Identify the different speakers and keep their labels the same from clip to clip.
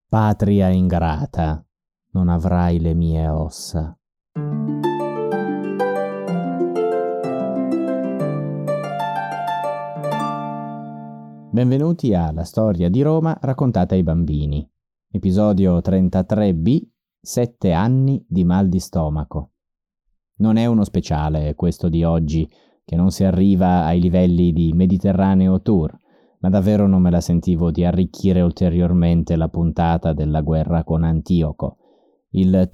Speaker 1: Patria ingrata, non avrai le mie ossa. Benvenuti alla storia di Roma raccontata ai bambini. Episodio 33B, 7 anni di mal di stomaco. Non è uno speciale questo di oggi, che non si arriva ai livelli di Mediterraneo Tour, ma davvero non me la sentivo di arricchire ulteriormente la puntata della guerra con Antioco. Il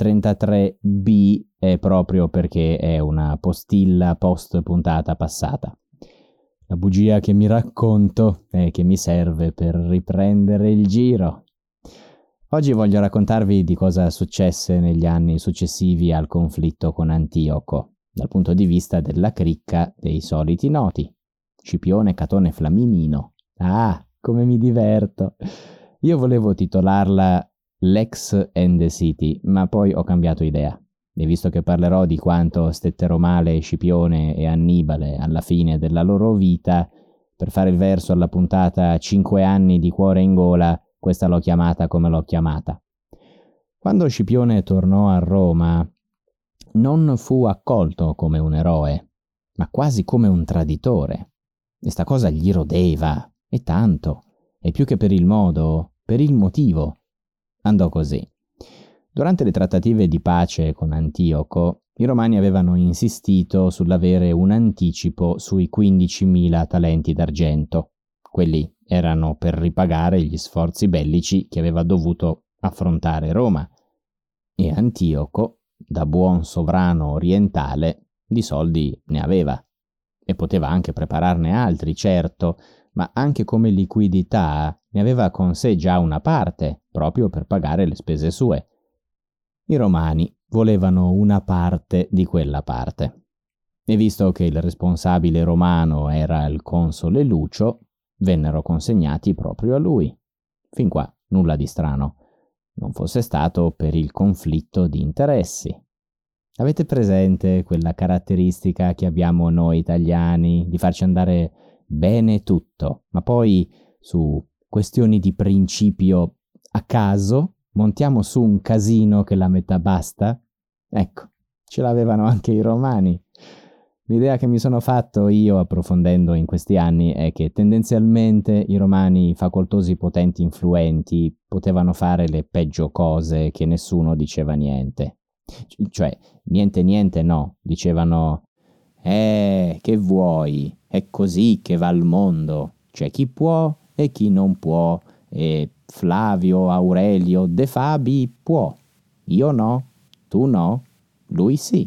Speaker 1: 33B è proprio perché è una postilla post puntata passata. La bugia che mi racconto è che mi serve per riprendere il giro. Oggi voglio raccontarvi di cosa successe negli anni successivi al conflitto con Antioco, dal punto di vista della cricca dei soliti noti. Scipione, Catone, Flaminino. Ah, come mi diverto! Io volevo titolarla Lex and the City, ma poi ho cambiato idea. E visto che parlerò di quanto stettero male Scipione e Annibale alla fine della loro vita, per fare il verso alla puntata 5 anni di cuore in gola, questa l'ho chiamata come l'ho chiamata. Quando Scipione tornò a Roma, non fu accolto come un eroe, ma quasi come un traditore. E sta cosa gli rodeva, e tanto, e più che per il modo, per il motivo. Andò così. Durante le trattative di pace con Antioco, i romani avevano insistito sull'avere un anticipo sui 15.000 talenti d'argento. Quelli erano per ripagare gli sforzi bellici che aveva dovuto affrontare Roma. E Antioco, da buon sovrano orientale, di soldi ne aveva. E poteva anche prepararne altri, certo, ma anche come liquidità ne aveva con sé già una parte, proprio per pagare le spese sue. I romani volevano una parte di quella parte. E visto che il responsabile romano era il console Lucio, vennero consegnati proprio a lui. Fin qua nulla di strano, non fosse stato per il conflitto di interessi. Avete presente quella caratteristica che abbiamo noi italiani di farci andare bene tutto, ma poi su questioni di principio a caso montiamo su un casino che la metà basta? Ecco, ce l'avevano anche i romani. L'idea che mi sono fatto io approfondendo in questi anni è che tendenzialmente i romani facoltosi potenti influenti potevano fare le peggio cose che nessuno diceva niente. Cioè, niente no, dicevano che vuoi, è così che va il mondo, c'è chi può e chi non può, e Flavio, Aurelio, De Fabi può, io no, tu no, lui sì.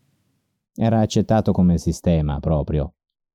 Speaker 1: Era accettato come sistema proprio.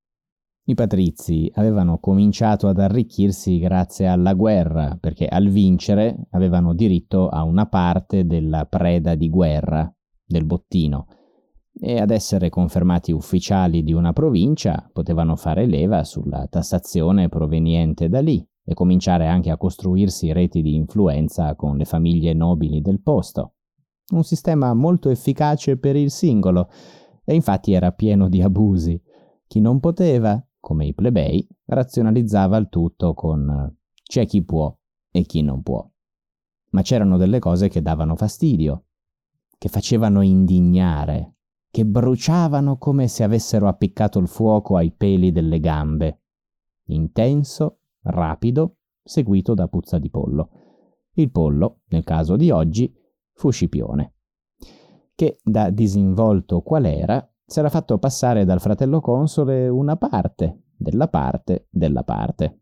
Speaker 1: I patrizi avevano cominciato ad arricchirsi grazie alla guerra, perché al vincere avevano diritto a una parte della preda di guerra, del bottino, e ad essere confermati ufficiali di una provincia potevano fare leva sulla tassazione proveniente da lì e cominciare anche a costruirsi reti di influenza con le famiglie nobili del posto. Un sistema molto efficace per il singolo, e infatti era pieno di abusi. Chi non poteva, come i plebei, razionalizzava il tutto con c'è chi può e chi non può. Ma c'erano delle cose che davano fastidio, che facevano indignare, che bruciavano come se avessero appiccato il fuoco ai peli delle gambe. Intenso, rapido, seguito da puzza di pollo. Il pollo, nel caso di oggi, fu Scipione, che da disinvolto qual era, s'era fatto passare dal fratello console una parte della parte della parte.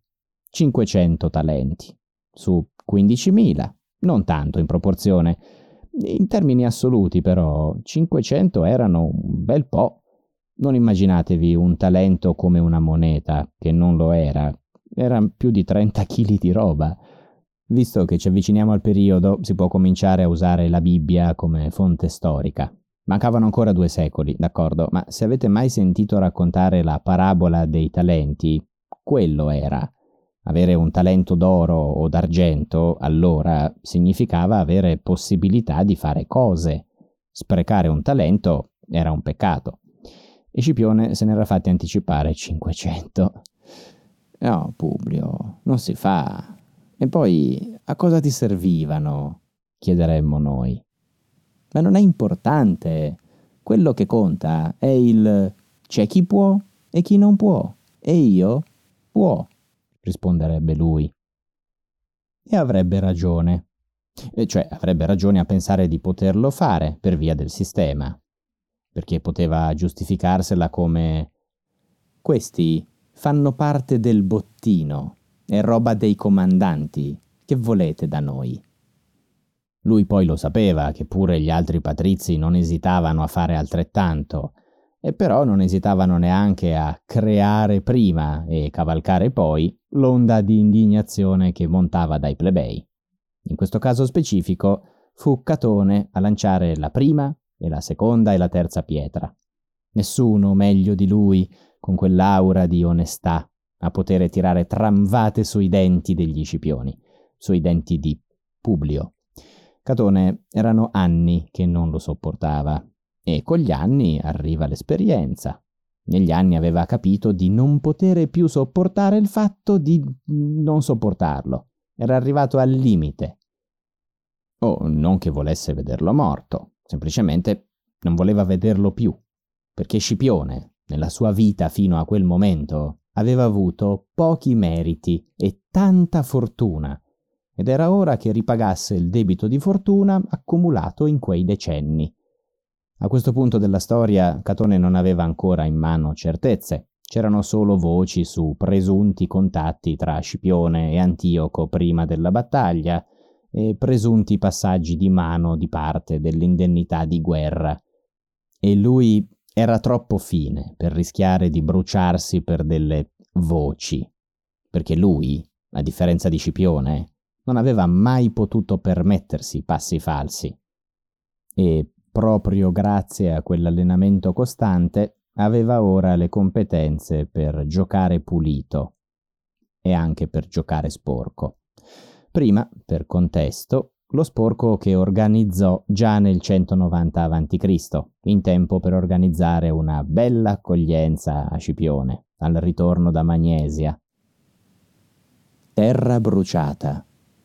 Speaker 1: 500 talenti, su 15.000, non tanto in proporzione. In termini assoluti, però, 500 erano un bel po'. Non immaginatevi un talento come una moneta, che non lo era. Erano più di 30 kg di roba. Visto che ci avviciniamo al periodo, si può cominciare a usare la Bibbia come fonte storica. Mancavano ancora 2 secoli, d'accordo, ma se avete mai sentito raccontare la parabola dei talenti, quello era. Avere un talento d'oro o d'argento, allora, significava avere possibilità di fare cose. Sprecare un talento era un peccato. E Scipione se n'era fatti anticipare 500. No, Publio, non si fa. E poi a cosa ti servivano? Chiederemmo noi. Ma non è importante. Quello che conta è il c'è chi può e chi non può. E io può, risponderebbe lui. E avrebbe ragione. Cioè, avrebbe ragione a pensare di poterlo fare per via del sistema, perché poteva giustificarsela come questi fanno parte del bottino, è roba dei comandanti, che volete da noi? Lui poi lo sapeva che pure gli altri patrizi non esitavano a fare altrettanto, e però non esitavano neanche a creare prima e cavalcare poi l'onda di indignazione che montava dai plebei. In questo caso specifico fu Catone a lanciare la prima e la seconda e la terza pietra. Nessuno meglio di lui, con quell'aura di onestà, a poter tirare tramvate sui denti degli scipioni, sui denti di Publio. Catone erano anni che non lo sopportava, e con gli anni arriva l'esperienza. Negli anni aveva capito di non poter più sopportare il fatto di non sopportarlo. Era arrivato al limite. O non che volesse vederlo morto, semplicemente non voleva vederlo più, perché Scipione, nella sua vita fino a quel momento, aveva avuto pochi meriti e tanta fortuna, ed era ora che ripagasse il debito di fortuna accumulato in quei decenni. A questo punto della storia Catone non aveva ancora in mano certezze, c'erano solo voci su presunti contatti tra Scipione e Antioco prima della battaglia e presunti passaggi di mano di parte dell'indennità di guerra. E lui era troppo fine per rischiare di bruciarsi per delle voci, perché lui, a differenza di Scipione, non aveva mai potuto permettersi passi falsi. E proprio grazie a quell'allenamento costante aveva ora le competenze per giocare pulito e anche per giocare sporco. Prima, per contesto, lo sporco che organizzò già nel 190 a.C., in tempo per organizzare una bella accoglienza a Scipione, al ritorno da Magnesia. Terra bruciata.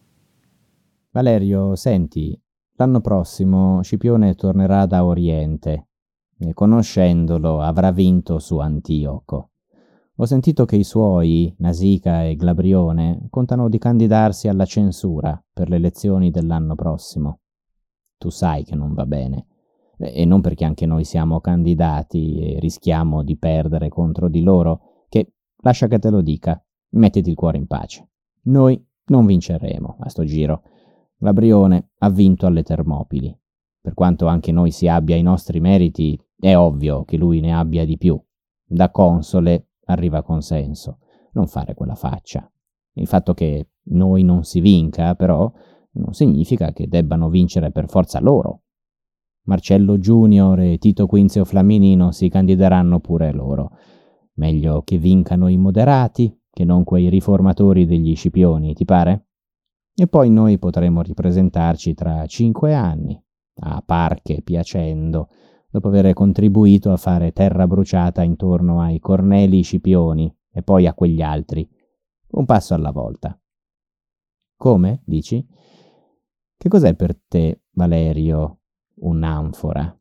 Speaker 1: Valerio, senti, l'anno prossimo Scipione tornerà da Oriente e conoscendolo avrà vinto su Antioco. Ho sentito che i suoi, Nasica e Glabrione, contano di candidarsi alla censura per le elezioni dell'anno prossimo. Tu sai che non va bene, e non perché anche noi siamo candidati e rischiamo di perdere contro di loro, che, lascia che te lo dica, mettiti il cuore in pace. Noi non vinceremo a sto giro. Glabrione ha vinto alle Termopili. Per quanto anche noi si abbia i nostri meriti, è ovvio che lui ne abbia di più. Da console arriva consenso. Non fare quella faccia. Il fatto che noi non si vinca, però, non significa che debbano vincere per forza loro. Marcello Junior e Tito Quinzio Flaminino si candideranno pure loro. Meglio che vincano i moderati che non quei riformatori degli Scipioni, ti pare? E poi noi potremo ripresentarci tra 5 anni, a parche piacendo, dopo aver contribuito a fare terra bruciata intorno ai Corneli Scipioni e poi a quegli altri, un passo alla volta. Come, dici? Che cos'è per te, Valerio, un'anfora?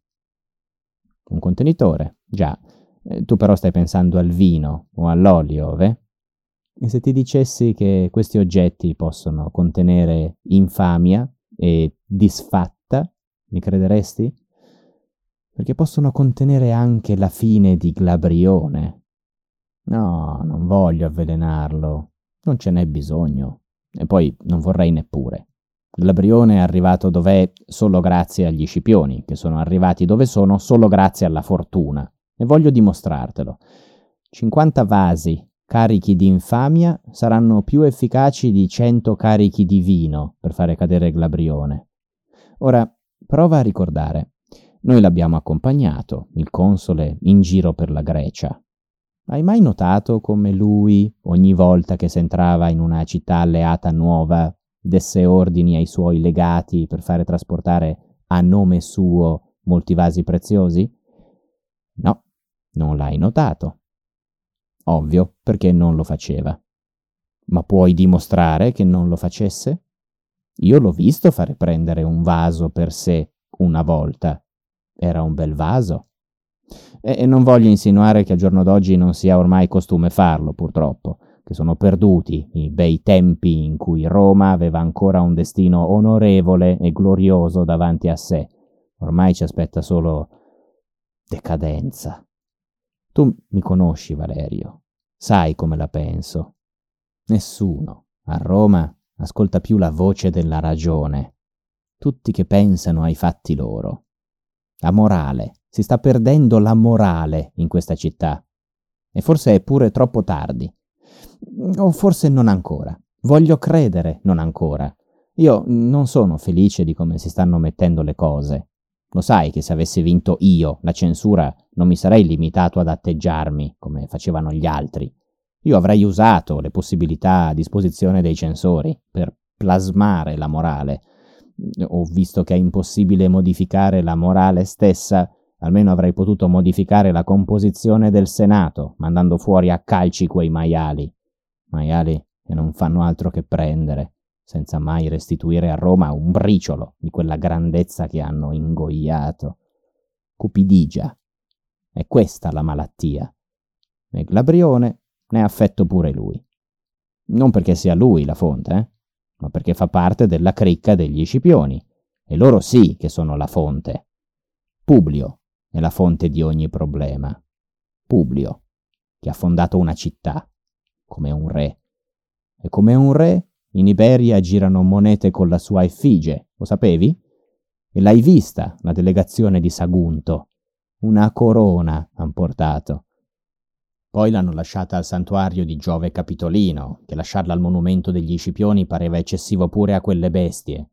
Speaker 1: Un contenitore, già. Tu però stai pensando al vino o all'olio, ve? E se ti dicessi che questi oggetti possono contenere infamia e disfatta, mi crederesti? Perché possono contenere anche la fine di Glabrione. No, non voglio avvelenarlo, non ce n'è bisogno, e poi non vorrei neppure. Glabrione è arrivato dov'è solo grazie agli Scipioni, che sono arrivati dove sono solo grazie alla fortuna, e voglio dimostrartelo. 50 vasi carichi di infamia saranno più efficaci di 100 carichi di vino per fare cadere Glabrione. Ora, prova a ricordare. Noi l'abbiamo accompagnato, il console, in giro per la Grecia. Hai mai notato come lui, ogni volta che s'entrava in una città alleata nuova, desse ordini ai suoi legati per fare trasportare a nome suo molti vasi preziosi? No, non l'hai notato. Ovvio, perché non lo faceva. Ma puoi dimostrare che non lo facesse? Io l'ho visto fare prendere un vaso per sé una volta. Era un bel vaso. E non voglio insinuare che al giorno d'oggi non sia ormai costume farlo, purtroppo, che sono perduti i bei tempi in cui Roma aveva ancora un destino onorevole e glorioso davanti a sé. Ormai ci aspetta solo decadenza. Tu mi conosci, Valerio. Sai come la penso. Nessuno a Roma ascolta più la voce della ragione. Tutti che pensano ai fatti loro. La morale. Si sta perdendo la morale in questa città. E forse è pure troppo tardi. O forse non ancora. Voglio credere non ancora. Io non sono felice di come si stanno mettendo le cose. Lo sai che se avessi vinto io la censura non mi sarei limitato ad atteggiarmi come facevano gli altri. Io avrei usato le possibilità a disposizione dei censori per plasmare la morale. Ho visto che è impossibile modificare la morale stessa, almeno avrei potuto modificare la composizione del Senato, mandando fuori a calci quei maiali. Maiali che non fanno altro che prendere, senza mai restituire a Roma un briciolo di quella grandezza che hanno ingoiato. Cupidigia. È questa la malattia. E Glabrione ne ha affetto pure lui. Non perché sia lui la fonte, ma perché fa parte della cricca degli Scipioni, e loro sì che sono la fonte. Publio è la fonte di ogni problema. Publio, che ha fondato una città, come un re. E come un re, in Iberia girano monete con la sua effigie, lo sapevi? E l'hai vista, la delegazione di Sagunto. Una corona han portato. Poi l'hanno lasciata al santuario di Giove Capitolino, che lasciarla al monumento degli Scipioni pareva eccessivo pure a quelle bestie.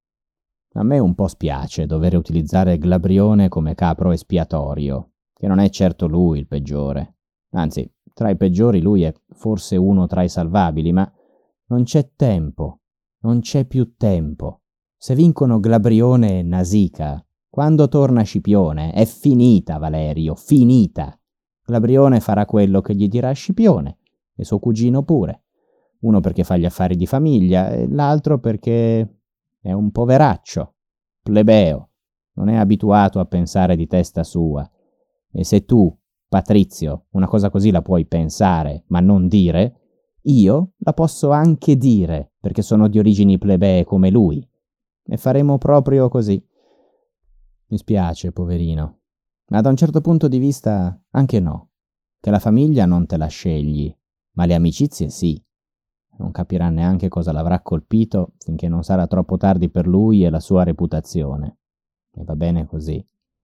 Speaker 1: A me un po' spiace dover utilizzare Glabrione come capro espiatorio, che non è certo lui il peggiore. Anzi, tra i peggiori lui è forse uno tra i salvabili, ma non c'è tempo, non c'è più tempo. Se vincono Glabrione e Nasica, quando torna Scipione, è finita, Valerio, finita. Glabrione farà quello che gli dirà Scipione, e suo cugino pure. Uno perché fa gli affari di famiglia, e l'altro perché è un poveraccio, plebeo, non è abituato a pensare di testa sua. E se tu, Patrizio, una cosa così la puoi pensare, ma non dire, io la posso anche dire, perché sono di origini plebee come lui. E faremo proprio così. Mi spiace, poverino. Ma da un certo punto di vista anche no, che la famiglia non te la scegli, ma le amicizie sì. Non capirà neanche cosa l'avrà colpito finché non sarà troppo tardi per lui e la sua reputazione. E va bene così.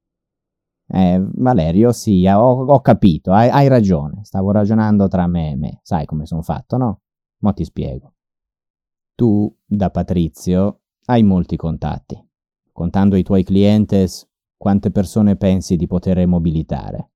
Speaker 1: Valerio, sì, ho capito, hai ragione, stavo ragionando tra me e me, sai come sono fatto, no? Mo' ti spiego. Tu, da Patrizio, hai molti contatti. Contando i tuoi clientes, quante persone pensi di poter mobilitare?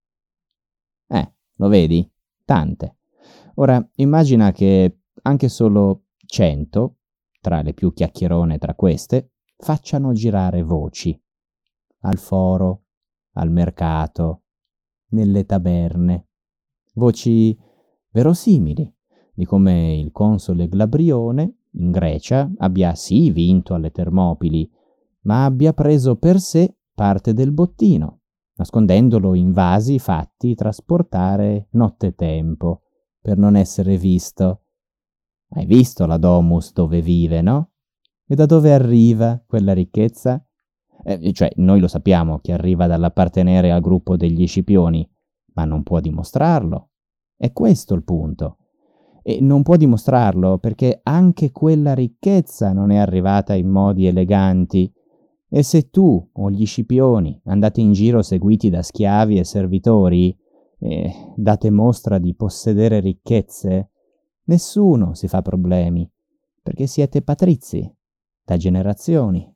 Speaker 1: Lo vedi? Tante. Ora, immagina che anche solo 100, tra le più chiacchierone tra queste, facciano girare voci. Al foro, al mercato, nelle taberne. Voci verosimili di come il console Glabrione, in Grecia, abbia sì vinto alle Termopili, ma abbia preso per sé parte del bottino, nascondendolo in vasi fatti trasportare nottetempo, per non essere visto. Hai visto la domus dove vive, no? E da dove arriva quella ricchezza? Cioè, noi lo sappiamo che arriva dall'appartenere al gruppo degli Scipioni, ma non può dimostrarlo. È questo il punto. E non può dimostrarlo perché anche quella ricchezza non è arrivata in modi eleganti. E se tu o gli Scipioni andate in giro seguiti da schiavi e servitori e date mostra di possedere ricchezze, nessuno si fa problemi, perché siete patrizi da generazioni.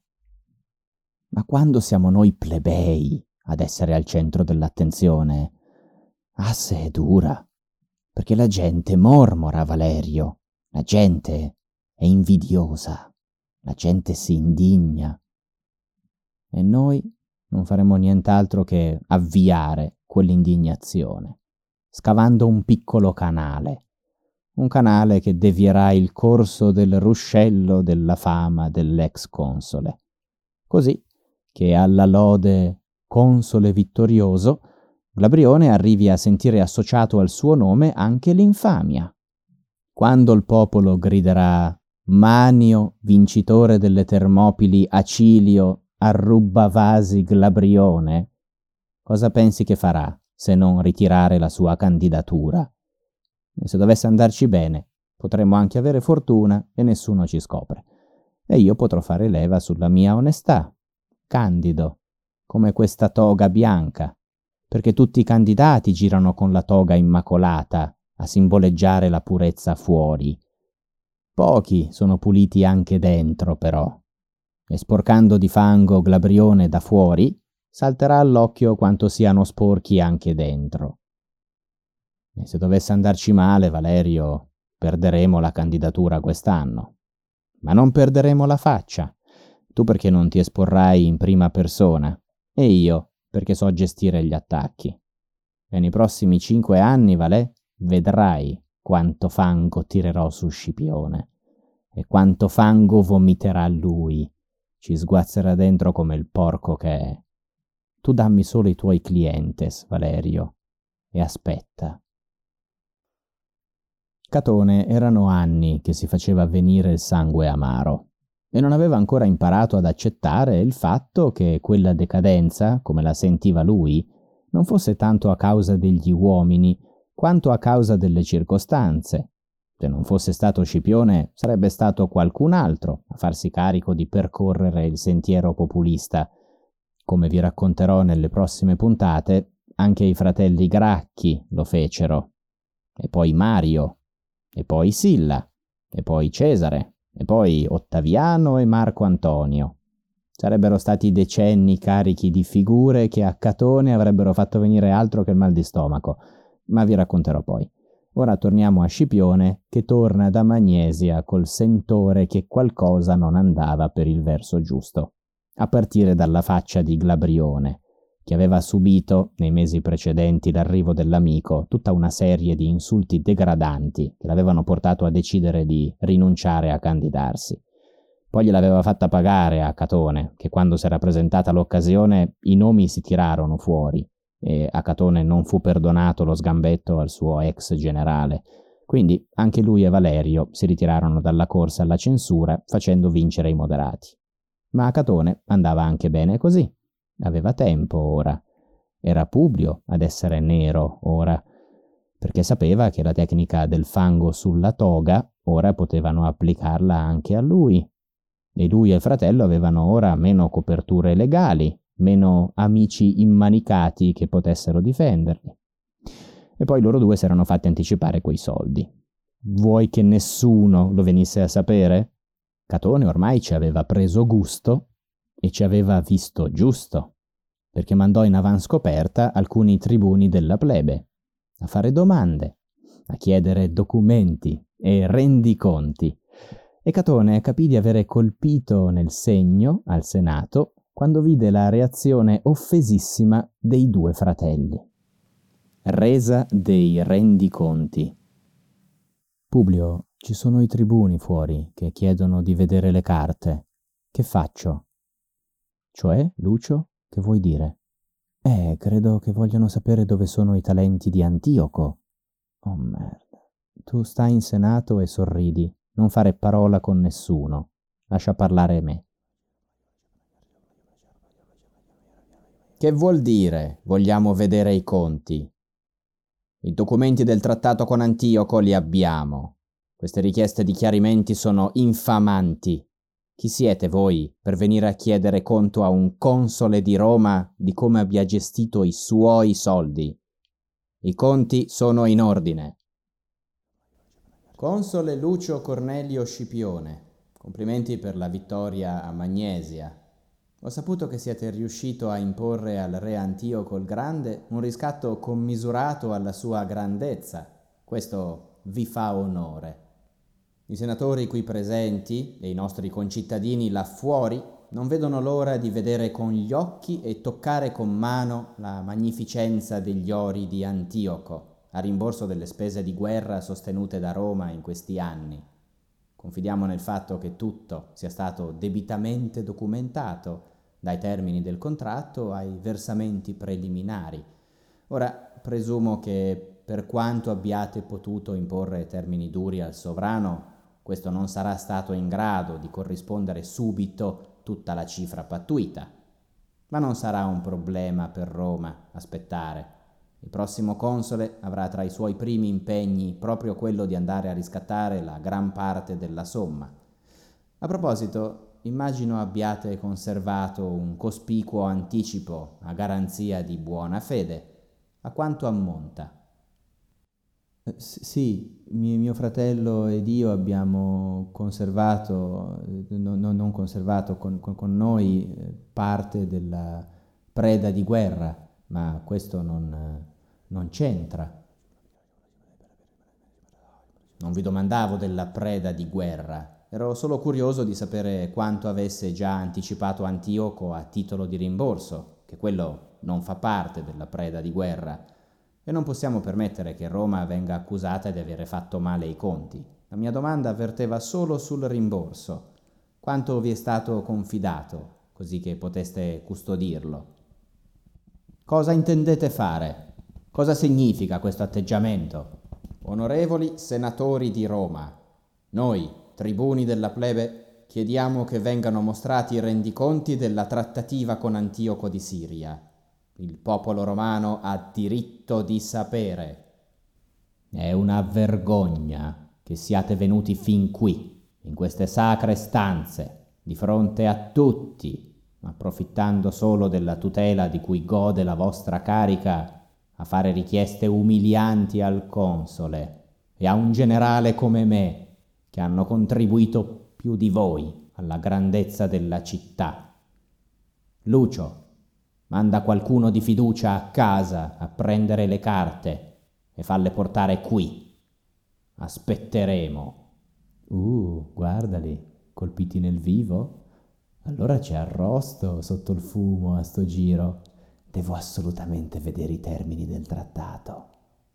Speaker 1: Ma quando siamo noi plebei ad essere al centro dell'attenzione, asse è dura, perché la gente mormora, Valerio, la gente è invidiosa, la gente si indigna. E noi non faremo nient'altro che avviare quell'indignazione, scavando un piccolo canale, un canale che devierà il corso del ruscello della fama dell'ex console, così che alla lode console vittorioso Glabrione arrivi a sentire associato al suo nome anche l'infamia. Quando il popolo griderà Manio, vincitore delle Termopili, Acilio, arrubavasi Glabrione, cosa pensi che farà se non ritirare la sua candidatura? E se dovesse andarci bene, potremmo anche avere fortuna e nessuno ci scopre. E io potrò fare leva sulla mia onestà, candido, come questa toga bianca, perché tutti i candidati girano con la toga immacolata a simboleggiare la purezza fuori. Pochi sono puliti anche dentro, però, e sporcando di fango Glabrione da fuori, salterà all'occhio quanto siano sporchi anche dentro. E se dovesse andarci male, Valerio, perderemo la candidatura quest'anno. Ma non perderemo la faccia. Tu perché non ti esporrai in prima persona, e io perché so gestire gli attacchi. E nei prossimi 5 anni, Valè, vedrai quanto fango tirerò su Scipione e quanto fango vomiterà lui. Ci sguazzerà dentro come il porco che è. Tu dammi solo i tuoi clientes, Valerio, e aspetta. Catone erano anni che si faceva venire il sangue amaro e non aveva ancora imparato ad accettare il fatto che quella decadenza, come la sentiva lui, non fosse tanto a causa degli uomini quanto a causa delle circostanze. Se non fosse stato Scipione, sarebbe stato qualcun altro a farsi carico di percorrere il sentiero populista. Come vi racconterò nelle prossime puntate, anche i fratelli Gracchi lo fecero, e poi Mario, e poi Silla, e poi Cesare, e poi Ottaviano e Marco Antonio. Sarebbero stati decenni carichi di figure che a Catone avrebbero fatto venire altro che il mal di stomaco, ma vi racconterò poi. Ora torniamo a Scipione, che torna da Magnesia col sentore che qualcosa non andava per il verso giusto, a partire dalla faccia di Glabrione, che aveva subito, nei mesi precedenti l'arrivo dell'amico, tutta una serie di insulti degradanti che l'avevano portato a decidere di rinunciare a candidarsi. Poi gliel'aveva fatta pagare a Catone, che quando si era presentata l'occasione i nomi si tirarono fuori e a Catone non fu perdonato lo sgambetto al suo ex generale. Quindi anche lui e Valerio si ritirarono dalla corsa alla censura facendo vincere i moderati. Ma a Catone andava anche bene così. Aveva tempo ora. Era Publio ad essere nero ora, perché sapeva che la tecnica del fango sulla toga ora potevano applicarla anche a lui. E lui e il fratello avevano ora meno coperture legali, meno amici immanicati che potessero difenderli. E poi loro due si erano fatti anticipare quei soldi. Vuoi che nessuno lo venisse a sapere? Catone ormai ci aveva preso gusto e ci aveva visto giusto, perché mandò in avanscoperta alcuni tribuni della plebe a fare domande, a chiedere documenti e rendiconti. E Catone capì di avere colpito nel segno al Senato quando vide la reazione offesissima dei due fratelli. Resa dei rendiconti. Publio, ci sono i tribuni fuori che chiedono di vedere le carte. Che faccio? Cioè, Lucio, che vuoi dire? Credo che vogliano sapere dove sono i talenti di Antioco. Oh merda. Tu stai in Senato e sorridi. Non fare parola con nessuno. Lascia parlare me. Che vuol dire? Vogliamo vedere i conti. I documenti del trattato con Antioco li abbiamo. Queste richieste di chiarimenti sono infamanti. Chi siete voi per venire a chiedere conto a un console di Roma di come abbia gestito i suoi soldi? I conti sono in ordine. Console Lucio Cornelio Scipione, complimenti per la vittoria a Magnesia. Ho saputo che siete riuscito a imporre al re Antioco il Grande un riscatto commisurato alla sua grandezza. Questo vi fa onore. I senatori qui presenti e i nostri concittadini là fuori non vedono l'ora di vedere con gli occhi e toccare con mano la magnificenza degli ori di Antioco, a rimborso delle spese di guerra sostenute da Roma in questi anni. Confidiamo nel fatto che tutto sia stato debitamente documentato, dai termini del contratto ai versamenti preliminari. Ora, presumo che per quanto abbiate potuto imporre termini duri al sovrano, questo non sarà stato in grado di corrispondere subito tutta la cifra pattuita. Ma non sarà un problema per Roma aspettare. Il prossimo console avrà tra i suoi primi impegni proprio quello di andare a riscattare la gran parte della somma. A proposito, immagino abbiate conservato un cospicuo anticipo a garanzia di buona fede. A quanto ammonta? Sì, mio fratello ed io abbiamo conservato, non conservato con noi parte della preda di guerra, ma questo non c'entra. Non vi domandavo della preda di guerra, ero solo curioso di sapere quanto avesse già anticipato Antioco a titolo di rimborso, che quello non fa parte della preda di guerra. E non possiamo permettere che Roma venga accusata di avere fatto male i conti. La mia domanda verteva solo sul rimborso. Quanto vi è stato confidato, così che poteste custodirlo? Cosa intendete fare? Cosa significa questo atteggiamento? Onorevoli senatori di Roma, noi, tribuni della plebe, chiediamo che vengano mostrati i rendiconti della trattativa con Antioco di Siria. Il popolo romano ha diritto di sapere. È una vergogna che siate venuti fin qui, in queste sacre stanze, di fronte a tutti, approfittando solo della tutela di cui gode la vostra carica, a fare richieste umilianti al console e a un generale come me, che hanno contribuito più di voi alla grandezza della città. Lucio, manda qualcuno di fiducia a casa a prendere le carte e falle portare qui. Aspetteremo. Guardali, colpiti nel vivo? Allora c'è arrosto sotto il fumo a sto giro. Devo assolutamente vedere i termini del trattato.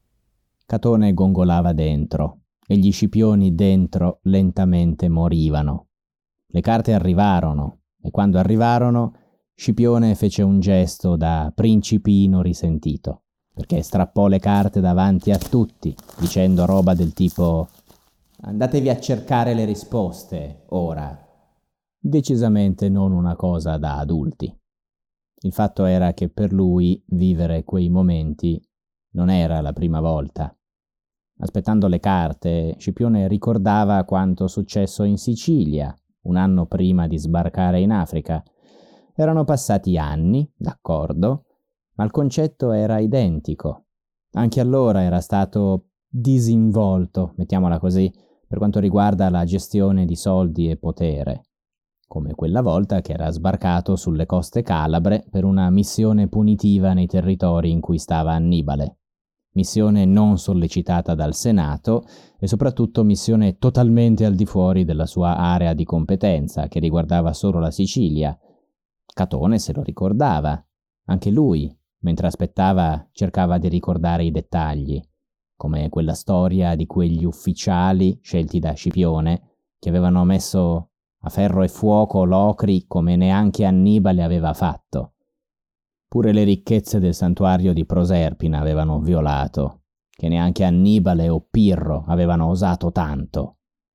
Speaker 1: Catone gongolava dentro e gli scipioni dentro lentamente morivano. Le carte arrivarono e quando arrivarono Scipione fece un gesto da principino risentito, perché strappò le carte davanti a tutti, dicendo roba del tipo «Andatevi a cercare le risposte, ora». Decisamente non una cosa da adulti. Il fatto era che per lui vivere quei momenti non era la prima volta. Aspettando le carte, Scipione ricordava quanto successo in Sicilia, un anno prima di sbarcare in Africa. Erano passati anni, d'accordo, ma il concetto era identico. Anche allora era stato disinvolto, mettiamola così, per quanto riguarda la gestione di soldi e potere, come quella volta che era sbarcato sulle coste calabre per una missione punitiva nei territori in cui stava Annibale. Missione non sollecitata dal Senato e soprattutto missione totalmente al di fuori della sua area di competenza, che riguardava solo la Sicilia. Catone se lo ricordava. Anche lui, mentre aspettava, cercava di ricordare i dettagli, come quella storia di quegli ufficiali scelti da Scipione che avevano messo a ferro e fuoco Locri come neanche Annibale aveva fatto. Pure le ricchezze del santuario di Proserpina avevano violato, che neanche Annibale o Pirro avevano osato tanto.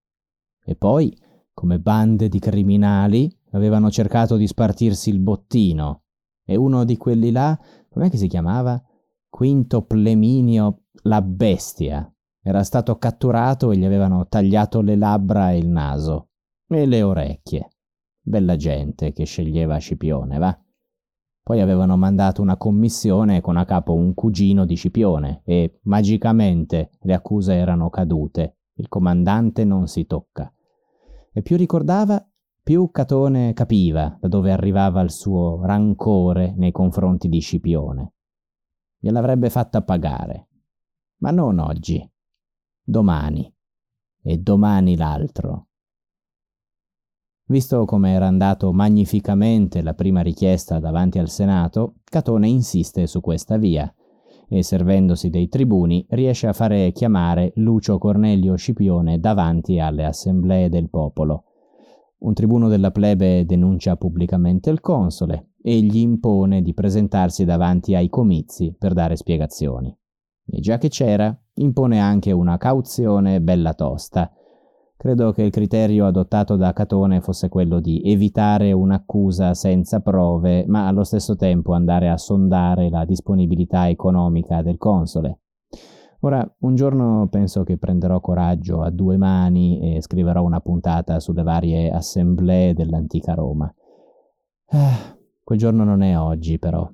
Speaker 1: E poi, come bande di criminali, avevano cercato di spartirsi il bottino, e uno di quelli là, com'è che si chiamava? Quinto Pleminio la Bestia. Era stato catturato e gli avevano tagliato le labbra e il naso, e le orecchie. Bella gente che sceglieva Scipione, va? Poi avevano mandato una commissione con a capo un cugino di Scipione e, magicamente, le accuse erano cadute. Il comandante non si tocca. E più ricordava, più Catone capiva da dove arrivava il suo rancore nei confronti di Scipione. Gliel'avrebbe fatta pagare. Ma non oggi. Domani. E domani l'altro. Visto come era andato magnificamente la prima richiesta davanti al Senato, Catone insiste su questa via e, servendosi dei tribuni, riesce a fare chiamare Lucio Cornelio Scipione davanti alle assemblee del popolo. Un tribuno della plebe denuncia pubblicamente il console e gli impone di presentarsi davanti ai comizi per dare spiegazioni. E già che c'era, impone anche una cauzione bella tosta. Credo che il criterio adottato da Catone fosse quello di evitare un'accusa senza prove, ma allo stesso tempo andare a sondare la disponibilità economica del console. Ora, un giorno penso che prenderò coraggio a 2 mani e scriverò una puntata sulle varie assemblee dell'antica Roma. Quel giorno non è oggi, però.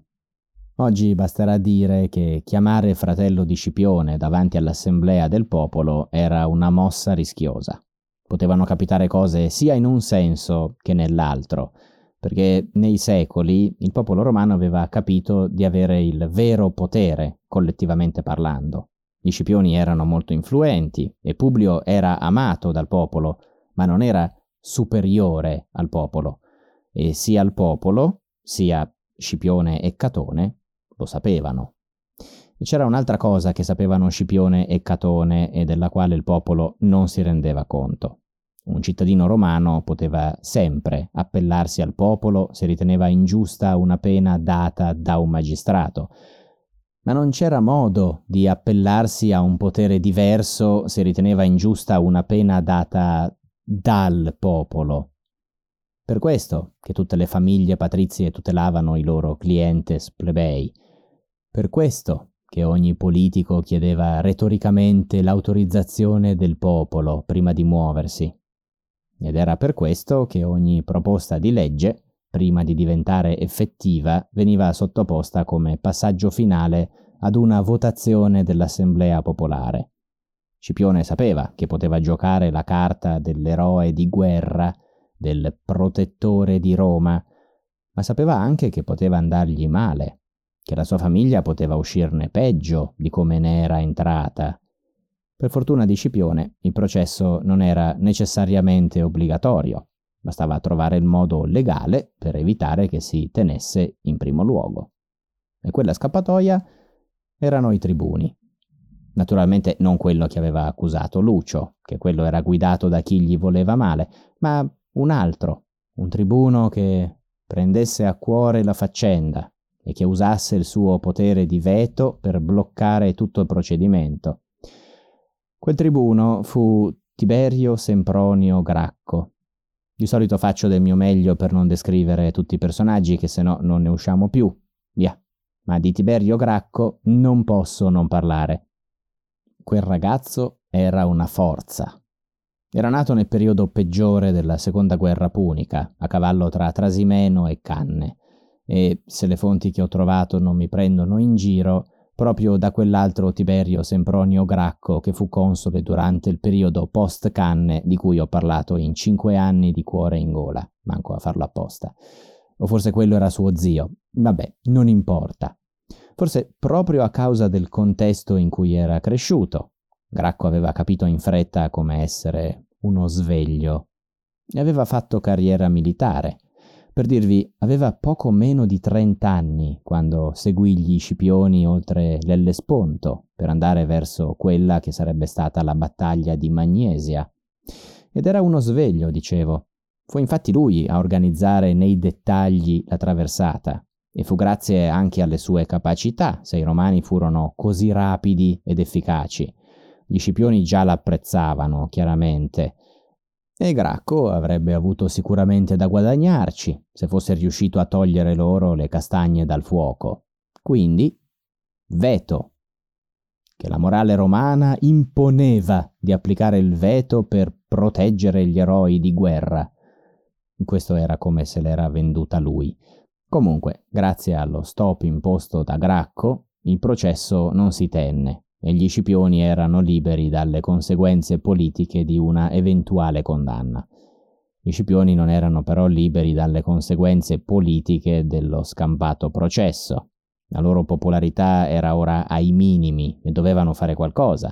Speaker 1: Oggi basterà dire che chiamare fratello di Scipione davanti all'assemblea del popolo era una mossa rischiosa. Potevano capitare cose sia in un senso che nell'altro, perché nei secoli il popolo romano aveva capito di avere il vero potere, collettivamente parlando. Gli Scipioni erano molto influenti e Publio era amato dal popolo, ma non era superiore al popolo. E sia il popolo, sia Scipione e Catone lo sapevano. E c'era un'altra cosa che sapevano Scipione e Catone e della quale il popolo non si rendeva conto. Un cittadino romano poteva sempre appellarsi al popolo se riteneva ingiusta una pena data da un magistrato, ma non c'era modo di appellarsi a un potere diverso se riteneva ingiusta una pena data dal popolo. Per questo che tutte le famiglie patrizie tutelavano i loro clientes plebei. Per questo che ogni politico chiedeva retoricamente l'autorizzazione del popolo prima di muoversi. Ed era per questo che ogni proposta di legge, prima di diventare effettiva, veniva sottoposta come passaggio finale ad una votazione dell'Assemblea popolare. Scipione sapeva che poteva giocare la carta dell'eroe di guerra, del protettore di Roma, ma sapeva anche che poteva andargli male, che la sua famiglia poteva uscirne peggio di come ne era entrata. Per fortuna di Scipione, il processo non era necessariamente obbligatorio, bastava trovare il modo legale per evitare che si tenesse in primo luogo. E quella scappatoia erano i tribuni. Naturalmente non quello che aveva accusato Lucio, che quello era guidato da chi gli voleva male, ma un altro, un tribuno che prendesse a cuore la faccenda e che usasse il suo potere di veto per bloccare tutto il procedimento. Quel tribuno fu Tiberio Sempronio Gracco. Di solito faccio del mio meglio per non descrivere tutti i personaggi, che se no non ne usciamo più. Via. Ma di Tiberio Gracco non posso non parlare. Quel ragazzo era una forza. Era nato nel periodo peggiore della seconda guerra punica, a cavallo tra Trasimeno e Canne, e se le fonti che ho trovato non mi prendono in giro, proprio da quell'altro Tiberio Sempronio Gracco che fu console durante il periodo post-Canne di cui ho parlato in 5 anni di Cuore in gola, manco a farlo apposta. O forse quello era suo zio, vabbè, non importa. Forse proprio a causa del contesto in cui era cresciuto, Gracco aveva capito in fretta come essere uno sveglio e aveva fatto carriera militare. Per dirvi, aveva poco meno di 30 anni quando seguì gli Scipioni oltre l'Ellesponto per andare verso quella che sarebbe stata la battaglia di Magnesia. Ed era uno sveglio, dicevo. Fu infatti lui a organizzare nei dettagli la traversata, e fu grazie anche alle sue capacità se i romani furono così rapidi ed efficaci. Gli Scipioni già l'apprezzavano, chiaramente, e Gracco avrebbe avuto sicuramente da guadagnarci se fosse riuscito a togliere loro le castagne dal fuoco. Quindi, veto. Che la morale romana imponeva di applicare il veto per proteggere gli eroi di guerra. Questo era come se l'era venduta lui. Comunque, grazie allo stop imposto da Gracco, il processo non si tenne e gli Scipioni erano liberi dalle conseguenze politiche di una eventuale condanna. Gli Scipioni non erano però liberi dalle conseguenze politiche dello scampato processo. La loro popolarità era ora ai minimi e dovevano fare qualcosa.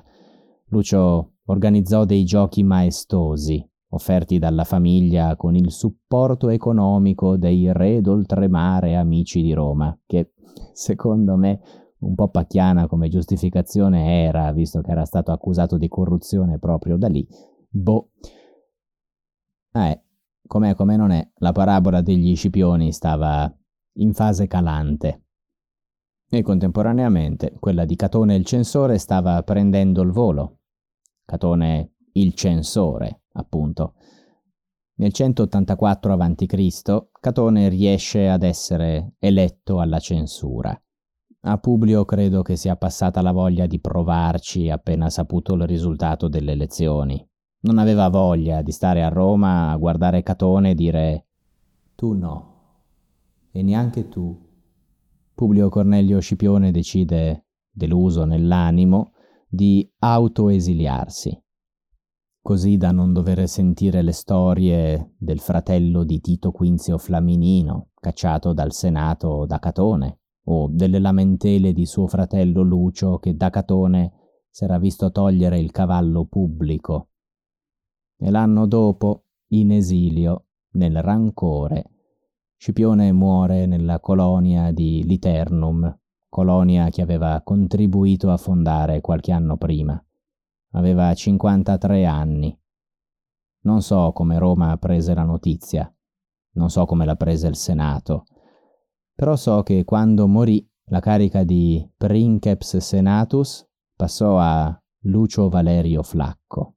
Speaker 1: Lucio organizzò dei giochi maestosi, offerti dalla famiglia con il supporto economico dei re d'oltremare amici di Roma, che, secondo me, un po' pacchiana come giustificazione era, visto che era stato accusato di corruzione proprio da lì. Boh. Com'è come non è, la parabola degli Scipioni stava in fase calante. E contemporaneamente quella di Catone il censore stava prendendo il volo. Catone il censore, appunto. Nel 184 a.C. Catone riesce ad essere eletto alla censura. A Publio credo che sia passata la voglia di provarci appena saputo il risultato delle elezioni. Non aveva voglia di stare a Roma a guardare Catone e dire «Tu no, e neanche tu». Publio Cornelio Scipione decide, deluso nell'animo, di autoesiliarsi, così da non dover sentire le storie del fratello di Tito Quinzio Flaminino, cacciato dal Senato da Catone, o delle lamentele di suo fratello Lucio che da Catone s'era visto togliere il cavallo pubblico. E l'anno dopo, in esilio, nel rancore, Scipione muore nella colonia di Liternum, colonia che aveva contribuito a fondare qualche anno prima. Aveva 53 anni. Non so come Roma prese la notizia, non so come la prese il Senato, però so che quando morì la carica di Princeps Senatus passò a Lucio Valerio Flacco.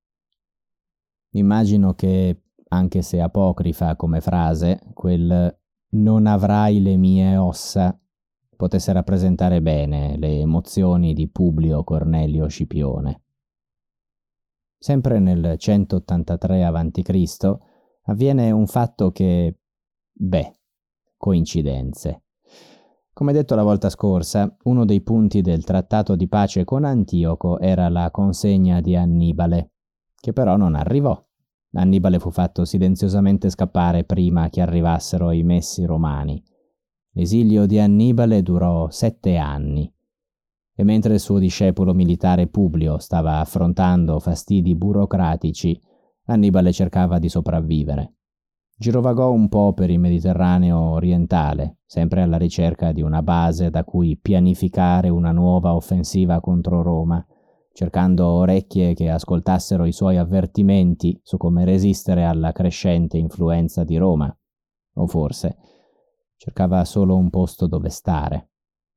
Speaker 1: Immagino che, anche se apocrifa come frase, quel «non avrai le mie ossa» potesse rappresentare bene le emozioni di Publio Cornelio Scipione. Sempre nel 183 a.C. avviene un fatto che, coincidenze. Come detto la volta scorsa, uno dei punti del trattato di pace con Antioco era la consegna di Annibale, che però non arrivò. Annibale fu fatto silenziosamente scappare prima che arrivassero i messi romani. L'esilio di Annibale durò 7 anni, e mentre il suo discepolo militare Publio stava affrontando fastidi burocratici, Annibale cercava di sopravvivere. Girovagò un po' per il Mediterraneo orientale, sempre alla ricerca di una base da cui pianificare una nuova offensiva contro Roma, cercando orecchie che ascoltassero i suoi avvertimenti su come resistere alla crescente influenza di Roma. O forse cercava solo un posto dove stare.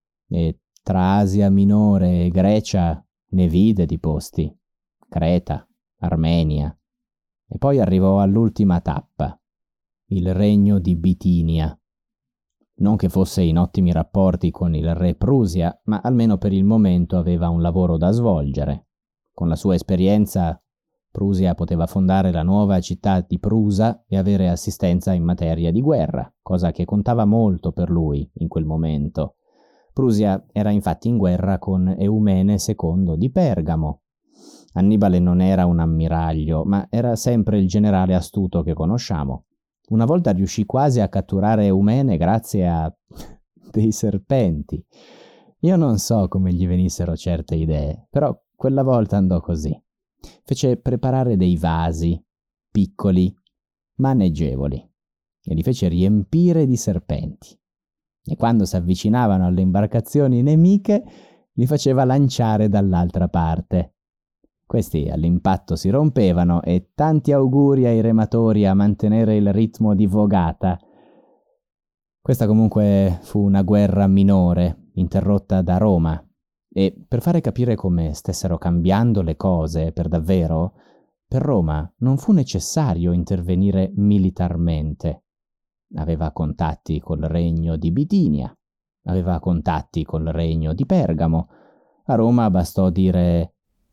Speaker 1: E tra Asia Minore e Grecia ne vide di posti. Creta, Armenia. E poi arrivò all'ultima tappa, il regno di Bitinia. Non che fosse in ottimi rapporti con il re Prusia, ma almeno per il momento aveva un lavoro da svolgere. Con la sua esperienza, Prusia poteva fondare la nuova città di Prusa e avere assistenza in materia di guerra, cosa che contava molto per lui in quel momento. Prusia era infatti in guerra con Eumene II di Pergamo. Annibale non era un ammiraglio, ma era sempre il generale astuto che conosciamo. Una volta riuscì quasi a catturare Eumene grazie a dei serpenti. Io non so come gli venissero certe idee, però quella volta andò così. Fece preparare dei vasi, piccoli, maneggevoli, e li fece riempire di serpenti. E quando si avvicinavano alle imbarcazioni nemiche, li faceva lanciare dall'altra parte. Questi all'impatto si rompevano e tanti auguri ai rematori a mantenere il ritmo di vogata. Questa comunque fu una guerra minore, interrotta da Roma, e per fare capire come stessero cambiando le cose per davvero, per Roma non fu necessario intervenire militarmente. Aveva contatti col regno di Bitinia, aveva contatti col regno di Pergamo. A Roma bastò dire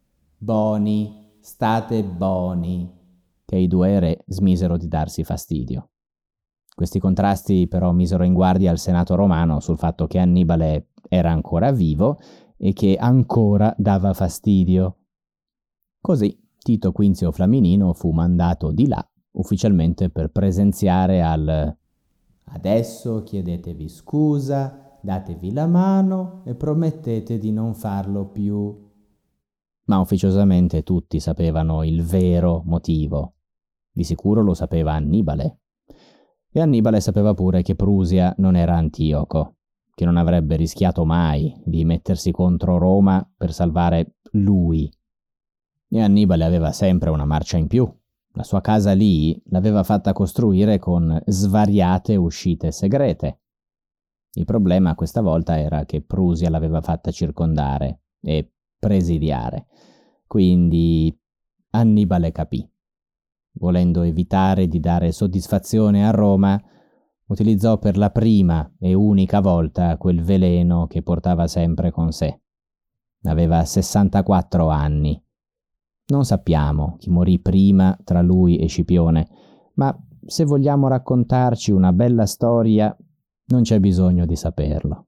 Speaker 1: «Boni, state boni», che i due re smisero di darsi fastidio. Questi contrasti però misero in guardia il Senato romano sul fatto che Annibale era ancora vivo e che ancora dava fastidio. Così Tito Quinzio Flaminino fu mandato di là ufficialmente per presenziare al «Adesso chiedetevi scusa, datevi la mano e promettete di non farlo più». Ma ufficiosamente tutti sapevano il vero motivo. Di sicuro lo sapeva Annibale. E Annibale sapeva pure che Prusia non era Antioco. che non avrebbe rischiato mai di mettersi contro Roma per salvare lui. E Annibale aveva sempre una marcia in più. La sua casa lì l'aveva fatta costruire con svariate uscite segrete. Il problema questa volta era che Prusia l'aveva fatta circondare e presidiare. Quindi Annibale capì. Volendo evitare di dare soddisfazione a Roma, utilizzò per la prima e unica volta quel veleno che portava sempre con sé. Aveva 64 anni. Non sappiamo chi morì prima tra lui e Scipione, ma se vogliamo raccontarci una bella storia, non c'è bisogno di saperlo.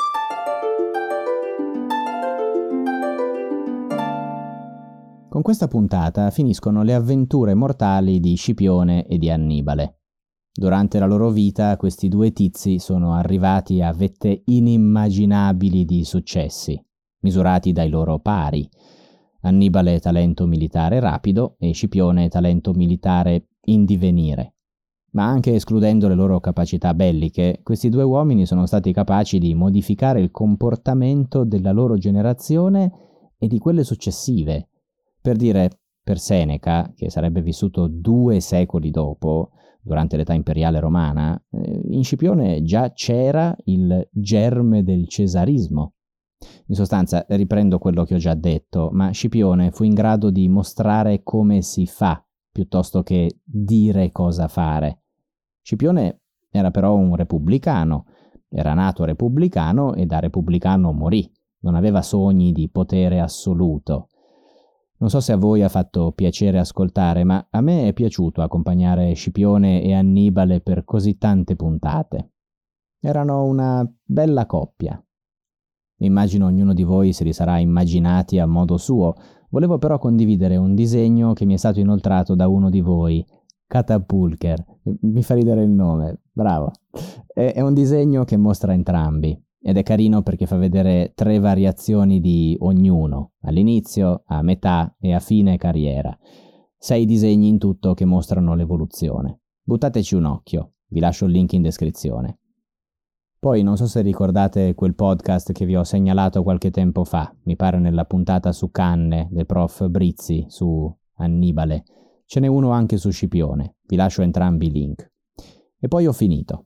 Speaker 1: Con questa puntata finiscono le avventure mortali di Scipione e di Annibale. Durante la loro vita questi due tizi sono arrivati a vette inimmaginabili di successi, misurati dai loro pari. Annibale talento militare rapido e Scipione talento militare in divenire. Ma anche escludendo le loro capacità belliche, questi due uomini sono stati capaci di modificare il comportamento della loro generazione e di quelle successive. Per dire, per Seneca, che sarebbe vissuto 2 secoli dopo, durante l'età imperiale romana, in Scipione già c'era il germe del cesarismo. In sostanza, riprendo quello che ho già detto, ma Scipione fu in grado di mostrare come si fa, piuttosto che dire cosa fare. Scipione era però un repubblicano, era nato repubblicano e da repubblicano morì, non aveva sogni di potere assoluto. Non so se a voi ha fatto piacere ascoltare, ma a me è piaciuto accompagnare Scipione e Annibale per così tante puntate. Erano una bella coppia. Immagino ognuno di voi se li sarà immaginati a modo suo. Volevo però condividere un disegno che mi è stato inoltrato da uno di voi, Catapulker. Mi fa ridere il nome, bravo. È un disegno che mostra entrambi. Ed è carino perché fa vedere 3 variazioni di ognuno, all'inizio, a metà e a fine carriera. 6 disegni in tutto che mostrano l'evoluzione. Buttateci un occhio, vi lascio il link in descrizione. Poi non so se ricordate quel podcast che vi ho segnalato qualche tempo fa, mi pare nella puntata su Canne del prof Brizzi su Annibale. Ce n'è uno anche su Scipione, vi lascio entrambi i link. E poi ho finito.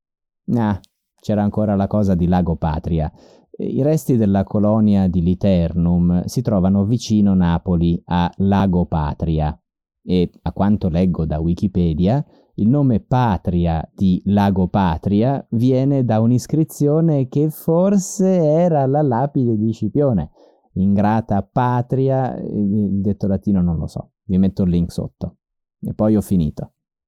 Speaker 1: C'era ancora la cosa di Lago Patria. I resti della colonia di Liternum si trovano vicino Napoli a Lago Patria e, a quanto leggo da Wikipedia, il nome Patria di Lago Patria viene da un'iscrizione che forse era la lapide di Scipione. Ingrata Patria, il detto latino non lo so, vi metto il link sotto. E poi ho finito.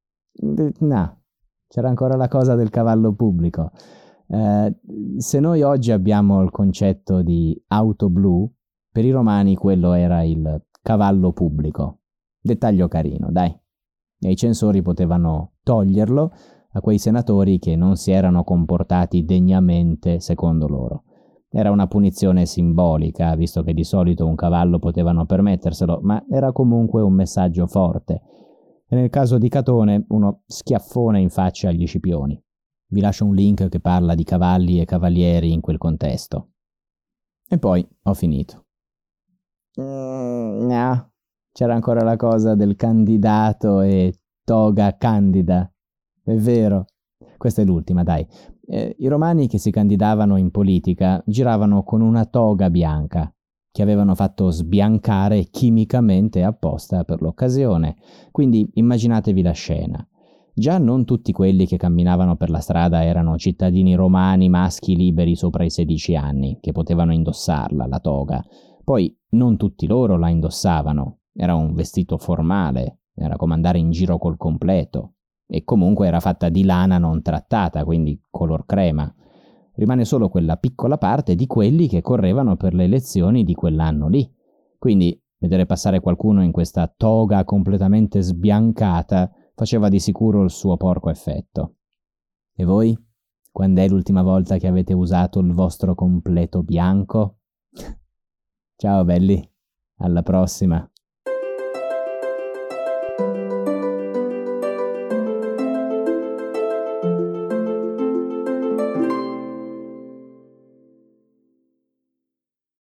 Speaker 1: C'era ancora la cosa del cavallo pubblico. Se noi oggi abbiamo il concetto di auto blu, per i romani quello era il cavallo pubblico. Dettaglio carino, dai. E i censori potevano toglierlo a quei senatori che non si erano comportati degnamente secondo loro. Era una punizione simbolica, visto che di solito un cavallo potevano permetterselo, ma era comunque un messaggio forte. E nel caso di Catone, uno schiaffone in faccia agli Scipioni. Vi lascio un link che parla di cavalli e cavalieri in quel contesto. E poi ho finito. No, c'era ancora la cosa del candidato e toga candida. È vero. Questa è l'ultima, dai. I romani che si candidavano in politica giravano con una toga bianca, che avevano fatto sbiancare chimicamente apposta per l'occasione. Quindi immaginatevi la scena. Già non tutti quelli che camminavano per la strada erano cittadini romani maschi liberi sopra i 16 anni, che potevano indossarla, la toga. Poi non tutti loro la indossavano, era un vestito formale, era come andare in giro col completo. E comunque era fatta di lana non trattata, quindi color crema. Rimane solo quella piccola parte di quelli che correvano per le elezioni di quell'anno lì. Quindi vedere passare qualcuno in questa toga completamente sbiancata faceva di sicuro il suo porco effetto. E voi? Quando è l'ultima volta che avete usato il vostro completo bianco? Ciao belli, alla prossima!